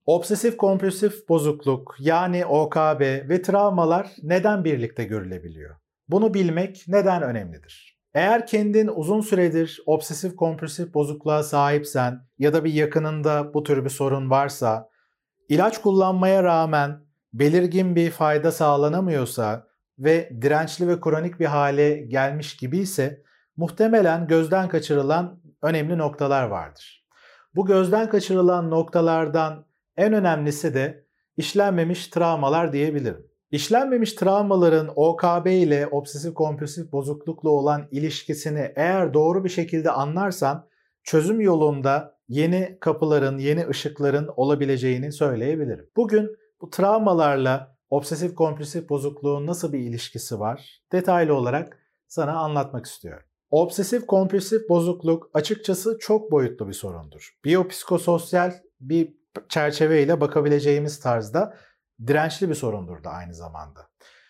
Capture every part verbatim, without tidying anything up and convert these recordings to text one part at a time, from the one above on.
Obsesif kompulsif bozukluk yani O K B ve travmalar neden birlikte görülebiliyor? Bunu bilmek neden önemlidir? Eğer kendin uzun süredir obsesif kompulsif bozukluğa sahipsen ya da bir yakınında bu tür bir sorun varsa, ilaç kullanmaya rağmen belirgin bir fayda sağlanamıyorsa ve dirençli ve kronik bir hale gelmiş gibiyse muhtemelen gözden kaçırılan önemli noktalar vardır. Bu gözden kaçırılan noktalardan en önemlisi de işlenmemiş travmalar diyebilirim. İşlenmemiş travmaların O K B ile obsesif kompulsif bozuklukla olan ilişkisini eğer doğru bir şekilde anlarsan çözüm yolunda yeni kapıların, yeni ışıkların olabileceğini söyleyebilirim. Bugün bu travmalarla obsesif kompulsif bozukluğun nasıl bir ilişkisi var detaylı olarak sana anlatmak istiyorum. Obsesif kompulsif bozukluk açıkçası çok boyutlu bir sorundur. Biyopsikososyal bir çerçeveyle bakabileceğimiz tarzda dirençli bir sorundur da aynı zamanda.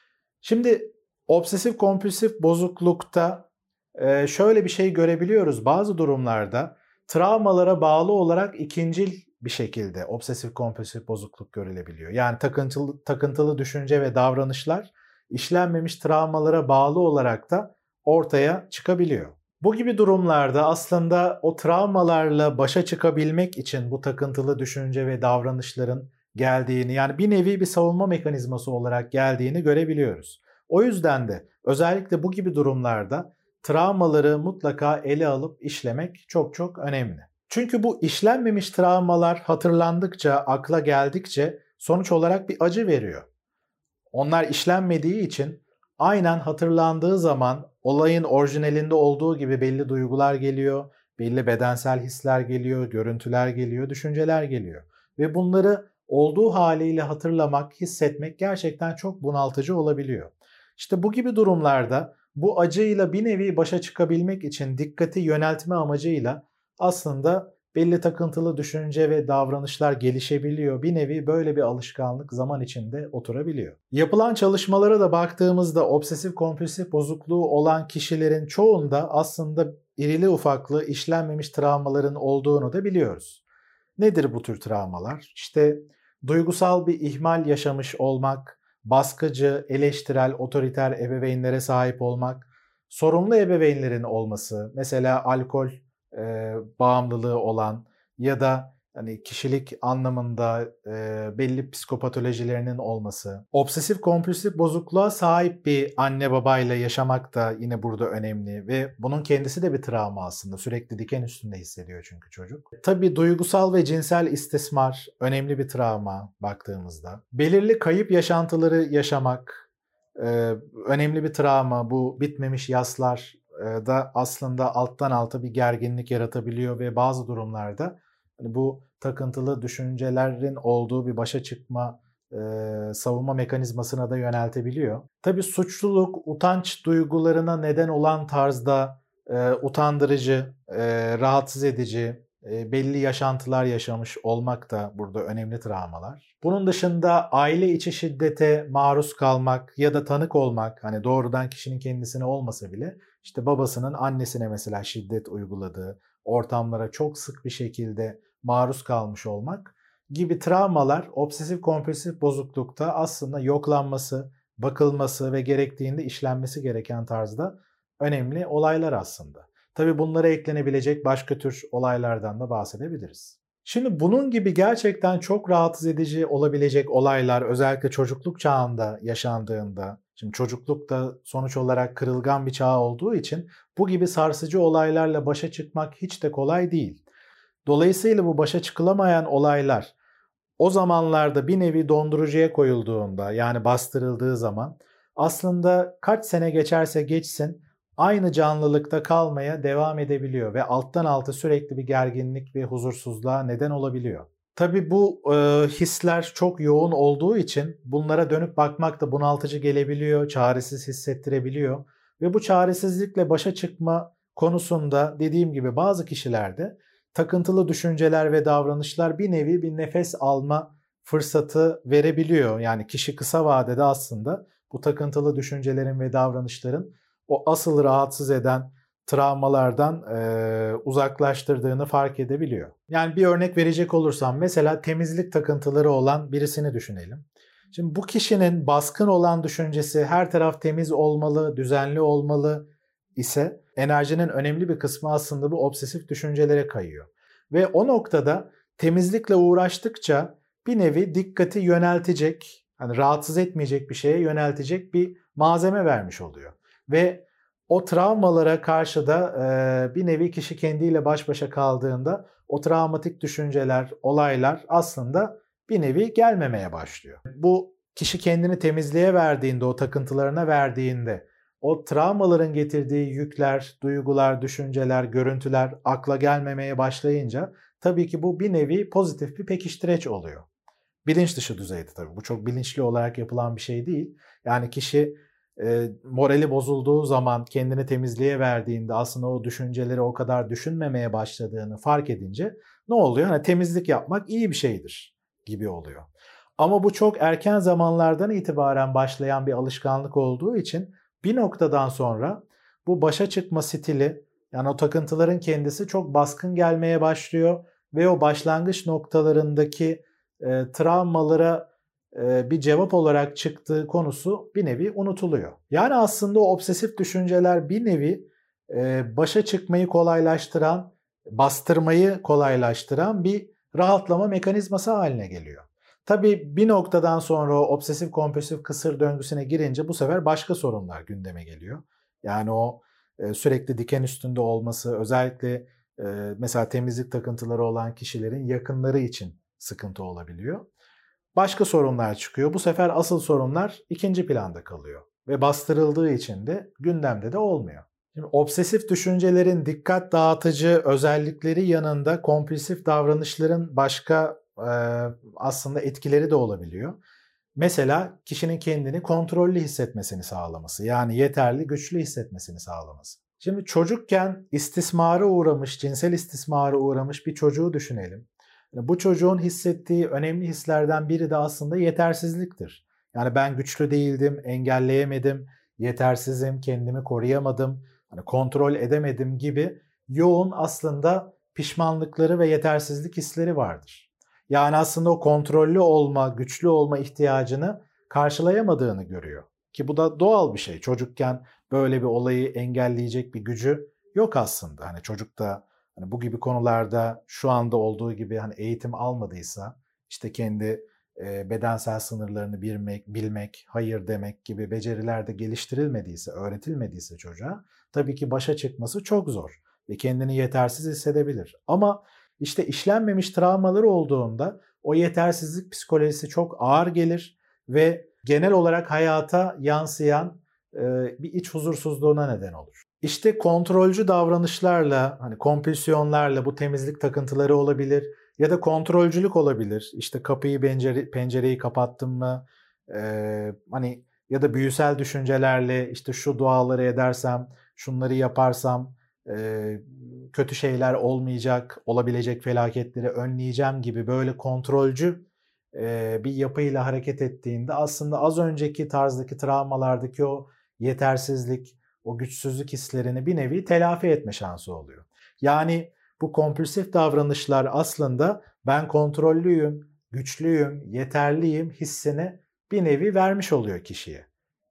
Şimdi obsesif kompulsif bozuklukta şöyle bir şey görebiliyoruz. Bazı durumlarda travmalara bağlı olarak ikincil bir şekilde obsesif kompulsif bozukluk görülebiliyor. Yani takıntılı, takıntılı düşünce ve davranışlar işlenmemiş travmalara bağlı olarak da ortaya çıkabiliyor. Bu gibi durumlarda aslında o travmalarla başa çıkabilmek için bu takıntılı düşünce ve davranışların geldiğini, yani bir nevi bir savunma mekanizması olarak geldiğini görebiliyoruz. O yüzden de özellikle bu gibi durumlarda travmaları mutlaka ele alıp işlemek çok çok önemli. Çünkü bu işlenmemiş travmalar hatırlandıkça, akla geldikçe sonuç olarak bir acı veriyor. Onlar işlenmediği için aynen hatırlandığı zaman olayın orijinalinde olduğu gibi belli duygular geliyor, belli bedensel hisler geliyor, görüntüler geliyor, düşünceler geliyor. Ve bunları olduğu haliyle hatırlamak, hissetmek gerçekten çok bunaltıcı olabiliyor. İşte bu gibi durumlarda bu acıyla bir nevi başa çıkabilmek için dikkati yöneltme amacıyla aslında belli takıntılı düşünce ve davranışlar gelişebiliyor. Bir nevi böyle bir alışkanlık zaman içinde oturabiliyor. Yapılan çalışmalara da baktığımızda obsesif kompulsif bozukluğu olan kişilerin çoğunda aslında irili ufaklı işlenmemiş travmaların olduğunu da biliyoruz. Nedir bu tür travmalar? İşte duygusal bir ihmal yaşamış olmak, baskıcı, eleştirel, otoriter ebeveynlere sahip olmak, sorumlu ebeveynlerin olması, mesela alkol e, bağımlılığı olan ya da hani kişilik anlamında e, belli psikopatolojilerinin olması, obsesif kompulsif bozukluğa sahip bir anne babayla yaşamak da yine burada önemli ve bunun kendisi de bir travma aslında. Sürekli diken üstünde hissediyor çünkü çocuk. Tabii duygusal ve cinsel istismar önemli bir travma baktığımızda. Belirli kayıp yaşantıları yaşamak e, önemli bir travma. Bu bitmemiş yaslar da aslında alttan alta bir gerginlik yaratabiliyor ve bazı durumlarda bu takıntılı düşüncelerin olduğu bir başa çıkma e, savunma mekanizmasına da yöneltebiliyor. Tabii suçluluk, utanç duygularına neden olan tarzda e, utandırıcı, e, rahatsız edici, e, belli yaşantılar yaşamış olmak da burada önemli travmalar. Bunun dışında aile içi şiddete maruz kalmak ya da tanık olmak, hani doğrudan kişinin kendisine olmasa bile işte babasının annesine mesela şiddet uyguladığı ortamlara çok sık bir şekilde maruz kalmış olmak gibi travmalar obsesif kompulsif bozuklukta aslında yoklanması, bakılması ve gerektiğinde işlenmesi gereken tarzda önemli olaylar aslında. Tabii bunlara eklenebilecek başka tür olaylardan da bahsedebiliriz. Şimdi bunun gibi gerçekten çok rahatsız edici olabilecek olaylar özellikle çocukluk çağında yaşandığında, şimdi çocukluk da sonuç olarak kırılgan bir çağ olduğu için bu gibi sarsıcı olaylarla başa çıkmak hiç de kolay değil. Dolayısıyla bu başa çıkılamayan olaylar o zamanlarda bir nevi dondurucuya koyulduğunda, yani bastırıldığı zaman aslında kaç sene geçerse geçsin aynı canlılıkta kalmaya devam edebiliyor ve alttan alta sürekli bir gerginlik ve huzursuzluğa neden olabiliyor. Tabii bu e, hisler çok yoğun olduğu için bunlara dönüp bakmak da bunaltıcı gelebiliyor, çaresiz hissettirebiliyor ve bu çaresizlikle başa çıkma konusunda dediğim gibi bazı kişilerde takıntılı düşünceler ve davranışlar bir nevi bir nefes alma fırsatı verebiliyor. Yani kişi kısa vadede aslında bu takıntılı düşüncelerin ve davranışların o asıl rahatsız eden travmalardan e, uzaklaştırdığını fark edebiliyor. Yani bir örnek verecek olursam mesela temizlik takıntıları olan birisini düşünelim. Şimdi bu kişinin baskın olan düşüncesi her taraf temiz olmalı, düzenli olmalı ise enerjinin önemli bir kısmı aslında bu obsesif düşüncelere kayıyor. Ve o noktada temizlikle uğraştıkça bir nevi dikkati yöneltecek, hani rahatsız etmeyecek bir şeye yöneltecek bir malzeme vermiş oluyor. Ve o travmalara karşı da e, bir nevi kişi kendiyle baş başa kaldığında o travmatik düşünceler, olaylar aslında bir nevi gelmemeye başlıyor. Bu kişi kendini temizliğe verdiğinde, o takıntılarına verdiğinde, o travmaların getirdiği yükler, duygular, düşünceler, görüntüler akla gelmemeye başlayınca tabii ki bu bir nevi pozitif bir pekiştireç oluyor. Bilinç dışı düzeyde tabii. Bu çok bilinçli olarak yapılan bir şey değil. Yani kişi e, morali bozulduğu zaman kendini temizliğe verdiğinde aslında o düşünceleri o kadar düşünmemeye başladığını fark edince ne oluyor? Hani temizlik yapmak iyi bir şeydir gibi oluyor. Ama bu çok erken zamanlardan itibaren başlayan bir alışkanlık olduğu için bir noktadan sonra bu başa çıkma stili, yani o takıntıların kendisi çok baskın gelmeye başlıyor ve o başlangıç noktalarındaki e, travmalara e, bir cevap olarak çıktığı konusu bir nevi unutuluyor. Yani aslında o obsesif düşünceler bir nevi e, başa çıkmayı kolaylaştıran, bastırmayı kolaylaştıran bir rahatlama mekanizması haline geliyor. Tabii bir noktadan sonra o obsesif kompulsif kısır döngüsüne girince bu sefer başka sorunlar gündeme geliyor. Yani o e, sürekli diken üstünde olması, özellikle e, mesela temizlik takıntıları olan kişilerin yakınları için sıkıntı olabiliyor. Başka sorunlar çıkıyor. Bu sefer asıl sorunlar ikinci planda kalıyor. Ve bastırıldığı için de gündemde de olmuyor. Şimdi obsesif düşüncelerin dikkat dağıtıcı özellikleri yanında kompulsif davranışların başka e, aslında etkileri de olabiliyor. Mesela kişinin kendini kontrollü hissetmesini sağlaması, yani yeterli, güçlü hissetmesini sağlaması. Şimdi çocukken istismara uğramış, cinsel istismara uğramış bir çocuğu düşünelim. Bu çocuğun hissettiği önemli hislerden biri de aslında yetersizliktir. Yani ben güçlü değildim, engelleyemedim, yetersizim, kendimi koruyamadım, hani kontrol edemedim gibi yoğun aslında pişmanlıkları ve yetersizlik hisleri vardır. Yani aslında o kontrollü olma, güçlü olma ihtiyacını karşılayamadığını görüyor. Ki bu da doğal bir şey. Çocukken böyle bir olayı engelleyecek bir gücü yok aslında. Hani çocuk da hani bu gibi konularda şu anda olduğu gibi hani eğitim almadıysa, işte kendi e, bedensel sınırlarını bilmek, bilmek, hayır demek gibi beceriler de geliştirilmediyse, öğretilmediyse çocuğa tabii ki başa çıkması çok zor ve kendini yetersiz hissedebilir. Ama işte işlenmemiş travmaları olduğunda o yetersizlik psikolojisi çok ağır gelir ve genel olarak hayata yansıyan e, bir iç huzursuzluğuna neden olur. İşte kontrolcü davranışlarla, hani kompülsiyonlarla bu temizlik takıntıları olabilir ya da kontrolcülük olabilir. İşte kapıyı, pencere, pencereyi kapattım mı, e, hani ya da büyüsel düşüncelerle işte şu duaları edersem, şunları yaparsam e, kötü şeyler olmayacak, olabilecek felaketleri önleyeceğim gibi böyle kontrolcü e, bir yapıyla hareket ettiğinde aslında az önceki tarzdaki travmalardaki o yetersizlik, o güçsüzlük hislerini bir nevi telafi etme şansı oluyor. Yani bu kompulsif davranışlar aslında ben kontrollüyüm, güçlüyüm, yeterliyim hissini bir nevi vermiş oluyor kişiye.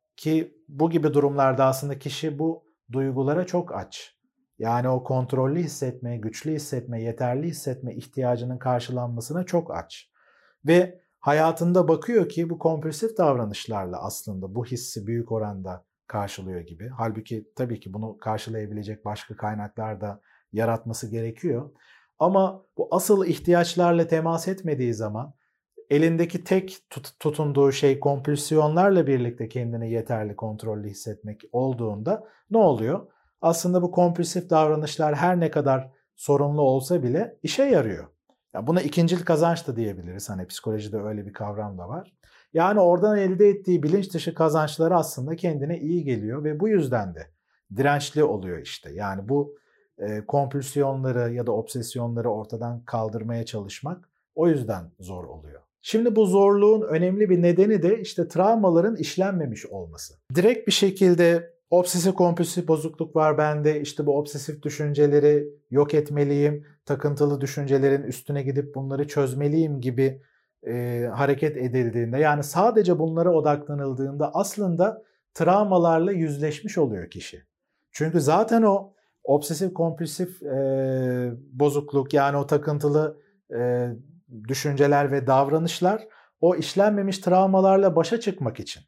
Ki bu gibi durumlarda aslında kişi bu duygulara çok aç. Yani o kontrollü hissetme, güçlü hissetme, yeterli hissetme ihtiyacının karşılanmasına çok aç. Ve hayatında bakıyor ki bu kompulsif davranışlarla aslında bu hissi büyük oranda karşılıyor gibi. Halbuki tabii ki bunu karşılayabilecek başka kaynaklar da yaratması gerekiyor. Ama bu asıl ihtiyaçlarla temas etmediği zaman elindeki tek tut- tutunduğu şey kompülsiyonlarla birlikte kendini yeterli, kontrollü hissetmek olduğunda ne oluyor? Aslında bu kompulsif davranışlar her ne kadar sorumlu olsa bile işe yarıyor. Ya buna ikincil kazanç da diyebiliriz. Hani psikolojide öyle bir kavram da var. Yani oradan elde ettiği bilinç dışı kazançları aslında kendine iyi geliyor ve bu yüzden de dirençli oluyor işte. Yani bu e, kompülsiyonları ya da obsesyonları ortadan kaldırmaya çalışmak o yüzden zor oluyor. Şimdi bu zorluğun önemli bir nedeni de işte travmaların işlenmemiş olması. Direkt bir şekilde Obsesif kompulsif bozukluk var bende. İşte bu obsesif düşünceleri yok etmeliyim. Takıntılı düşüncelerin üstüne gidip bunları çözmeliyim gibi e, hareket edildiğinde, yani sadece bunlara odaklanıldığında aslında travmalarla yüzleşmiş oluyor kişi. Çünkü zaten o obsesif kompulsif e, bozukluk, yani o takıntılı e, düşünceler ve davranışlar o işlenmemiş travmalarla başa çıkmak için.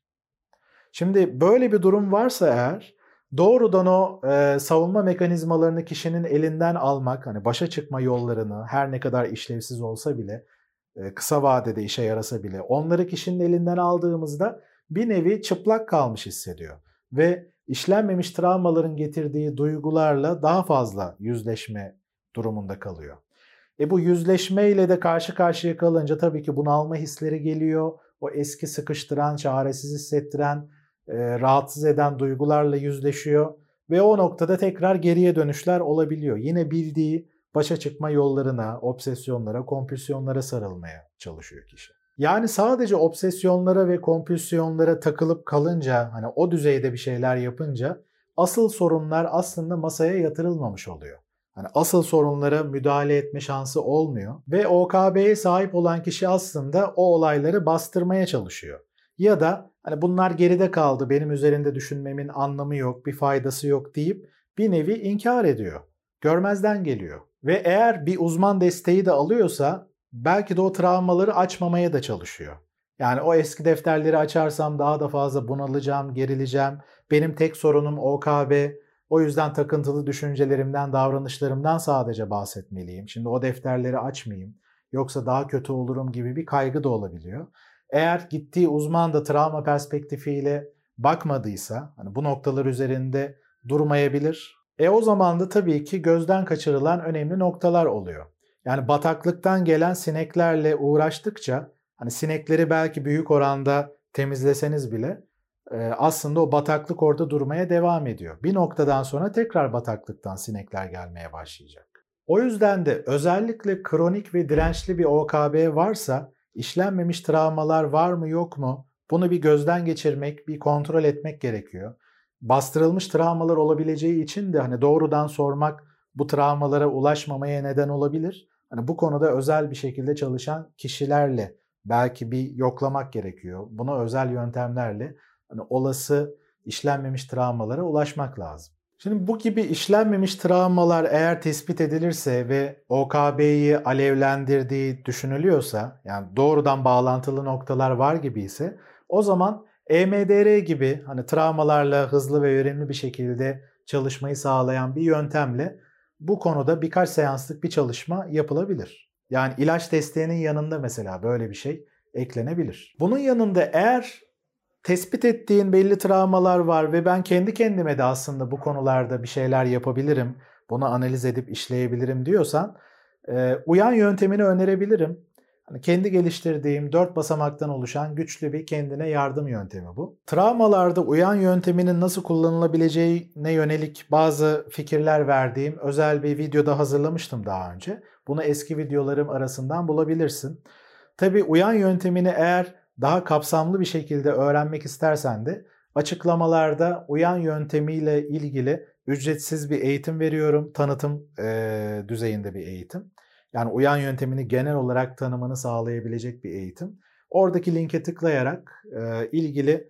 Şimdi böyle bir durum varsa eğer, doğrudan o e, savunma mekanizmalarını kişinin elinden almak, hani başa çıkma yollarını, her ne kadar işlevsiz olsa bile, e, kısa vadede işe yarasa bile, onları kişinin elinden aldığımızda bir nevi çıplak kalmış hissediyor. Ve işlenmemiş travmaların getirdiği duygularla daha fazla yüzleşme durumunda kalıyor. E bu yüzleşmeyle de karşı karşıya kalınca tabii ki bunalma hisleri geliyor. O eski sıkıştıran, çaresiz hissettiren, e, rahatsız eden duygularla yüzleşiyor. Ve o noktada tekrar geriye dönüşler olabiliyor. Yine bildiği başa çıkma yollarına, obsesyonlara, kompülsiyonlara sarılmaya çalışıyor kişi. Yani sadece obsesyonlara ve kompülsiyonlara takılıp kalınca, hani o düzeyde bir şeyler yapınca asıl sorunlar aslında masaya yatırılmamış oluyor. Hani asıl sorunlara müdahale etme şansı olmuyor ve O K B'ye sahip olan kişi aslında o olayları bastırmaya çalışıyor. Ya da hani bunlar geride kaldı, benim üzerinde düşünmemin anlamı yok, bir faydası yok deyip bir nevi inkar ediyor. Görmezden geliyor. Ve eğer bir uzman desteği de alıyorsa belki de o travmaları açmamaya da çalışıyor. Yani o eski defterleri açarsam daha da fazla bunalacağım, gerileceğim. Benim tek sorunum O K B. O yüzden takıntılı düşüncelerimden, davranışlarımdan sadece bahsetmeliyim. Şimdi o defterleri açmayayım, yoksa daha kötü olurum gibi bir kaygı da olabiliyor. Eğer gittiği uzman da travma perspektifiyle bakmadıysa, hani bu noktalar üzerinde durmayabilir. E o zaman da tabii ki gözden kaçırılan önemli noktalar oluyor. Yani bataklıktan gelen sineklerle uğraştıkça, hani sinekleri belki büyük oranda temizleseniz bile aslında o bataklık orada durmaya devam ediyor. Bir noktadan sonra tekrar bataklıktan sinekler gelmeye başlayacak. O yüzden de özellikle kronik ve dirençli bir O K B varsa, işlenmemiş travmalar var mı yok mu, bunu bir gözden geçirmek, bir kontrol etmek gerekiyor. Bastırılmış travmalar olabileceği için de hani doğrudan sormak bu travmalara ulaşmamaya neden olabilir. Hani bu konuda özel bir şekilde çalışan kişilerle belki bir yoklamak gerekiyor. Buna özel yöntemlerle hani olası işlenmemiş travmalara ulaşmak lazım. Şimdi bu gibi işlenmemiş travmalar eğer tespit edilirse ve O K B'yi alevlendirdiği düşünülüyorsa, yani doğrudan bağlantılı noktalar var gibi ise, o zaman E M D R gibi hani travmalarla hızlı ve verimli bir şekilde çalışmayı sağlayan bir yöntemle bu konuda birkaç seanslık bir çalışma yapılabilir. Yani ilaç desteğinin yanında mesela böyle bir şey eklenebilir. Bunun yanında eğer tespit ettiğin belli travmalar var ve ben kendi kendime de aslında bu konularda bir şeyler yapabilirim, bunu analiz edip işleyebilirim diyorsan, e, uyan yöntemini önerebilirim. Hani kendi geliştirdiğim dört basamaktan oluşan güçlü bir kendine yardım yöntemi bu. Travmalarda uyan yönteminin nasıl kullanılabileceğine yönelik bazı fikirler verdiğim özel bir videoda hazırlamıştım daha önce. Bunu eski videolarım arasından bulabilirsin. Tabii uyan yöntemini eğer daha kapsamlı bir şekilde öğrenmek istersen de açıklamalarda uyan yöntemiyle ilgili ücretsiz bir eğitim veriyorum. Tanıtım e, düzeyinde bir eğitim. Yani uyan yöntemini genel olarak tanımını sağlayabilecek bir eğitim. Oradaki linke tıklayarak e, ilgili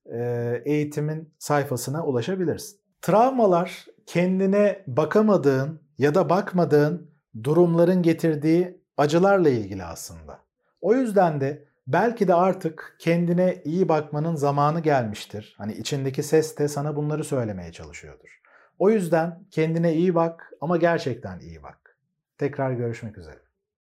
e, eğitimin sayfasına ulaşabilirsin. Travmalar kendine bakamadığın ya da bakmadığın durumların getirdiği acılarla ilgili aslında. O yüzden de belki de artık kendine iyi bakmanın zamanı gelmiştir. Hani içindeki ses de sana bunları söylemeye çalışıyordur. O yüzden kendine iyi bak ama gerçekten iyi bak. Tekrar görüşmek üzere.